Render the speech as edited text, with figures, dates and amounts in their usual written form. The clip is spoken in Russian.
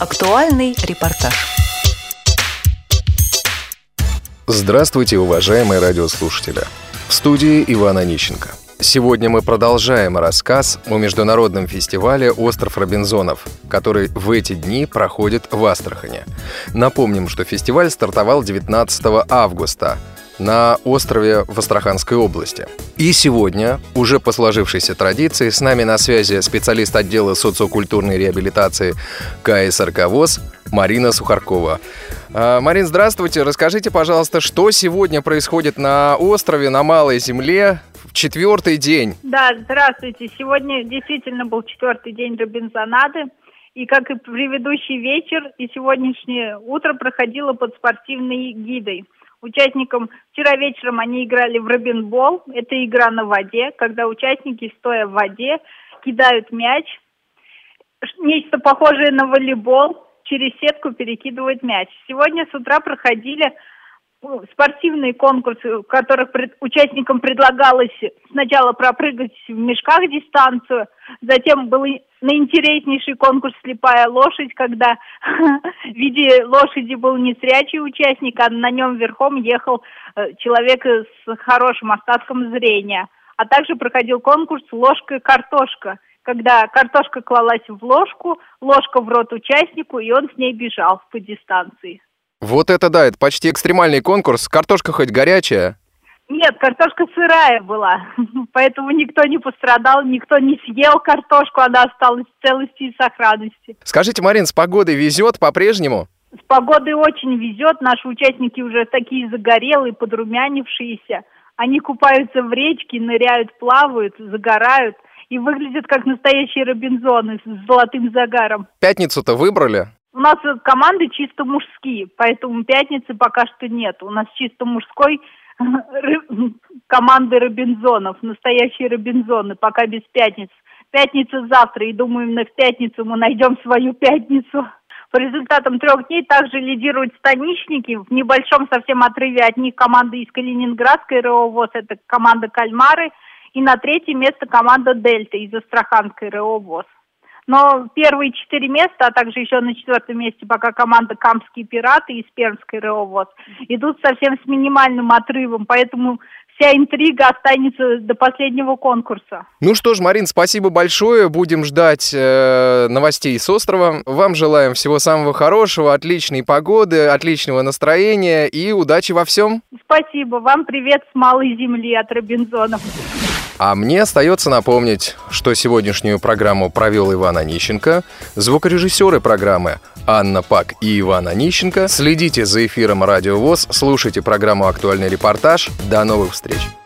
Актуальный репортаж. Здравствуйте, уважаемые радиослушатели! В студии Иван Онищенко. Сегодня мы продолжаем рассказ о международном фестивале «Остров Робинзонов», который в эти дни проходит в Астрахани. Напомним, что фестиваль стартовал 19 августа на острове в Астраханской области. И сегодня, уже по сложившейся традиции, с нами на связи специалист отдела социокультурной реабилитации КСРК ВОС Марина Сухаркова. Марин, здравствуйте. Расскажите, пожалуйста, что сегодня происходит на острове, на Малой Земле, в четвертый день? Да, здравствуйте. Сегодня действительно был четвертый день Робинзонады. И как и предыдущий вечер, и сегодняшнее утро проходило под спортивной гидой. Участникам вчера вечером они играли в робинбол. Это игра на воде, когда участники, стоя в воде, кидают мяч. Нечто похожее на волейбол, через сетку перекидывают мяч. Сегодня с утра проходили спортивные конкурсы, в которых участникам предлагалось сначала пропрыгать в мешках дистанцию, затем был наинтереснейший конкурс «Слепая лошадь», когда в виде лошади был не зрячий участник, а на нем верхом ехал человек с хорошим остатком зрения. А также проходил конкурс «Ложка-картошка», когда картошка клалась в ложку, ложка в рот участнику, и он с ней бежал по дистанции. Вот это да, это почти экстремальный конкурс. Картошка хоть горячая? Нет, картошка сырая была, поэтому никто не пострадал, никто не съел картошку, она осталась в целости и сохранности. Скажите, Марин, с погодой везет по-прежнему? С погодой очень везет, наши участники уже такие загорелые, подрумянившиеся. Они купаются в речке, ныряют, плавают, загорают и выглядят как настоящие робинзоны с золотым загаром. Пятницу-то выбрали? У нас команды чисто мужские, поэтому пятницы пока что нет. У нас чисто мужской команды робинзонов, настоящие робинзоны, пока без пятниц. Пятница завтра, и думаю, именно в пятницу мы найдем свою пятницу. По результатам 3 дней также лидируют станичники. В небольшом совсем отрыве от них команда из Калининградской РО ВОС, это команда «Кальмары». И на 3-е место команда «Дельта» из Астраханской РО ВОС. Но первые 4 места, а также еще на 4-м месте пока команда «Камские пираты» из Пермской РО ВОС идут совсем с минимальным отрывом, поэтому вся интрига останется до последнего конкурса. Ну что ж, Марин, спасибо большое. Будем ждать новостей с острова. Вам желаем всего самого хорошего, отличной погоды, отличного настроения и удачи во всем. Спасибо. Вам привет с Малой Земли от Робинзонов. А мне остается напомнить, что сегодняшнюю программу провел Иван Онищенко, звукорежиссеры программы Анна Пак и Иван Онищенко. Следите за эфиром Радио ВОС, слушайте программу «Актуальный репортаж». До новых встреч!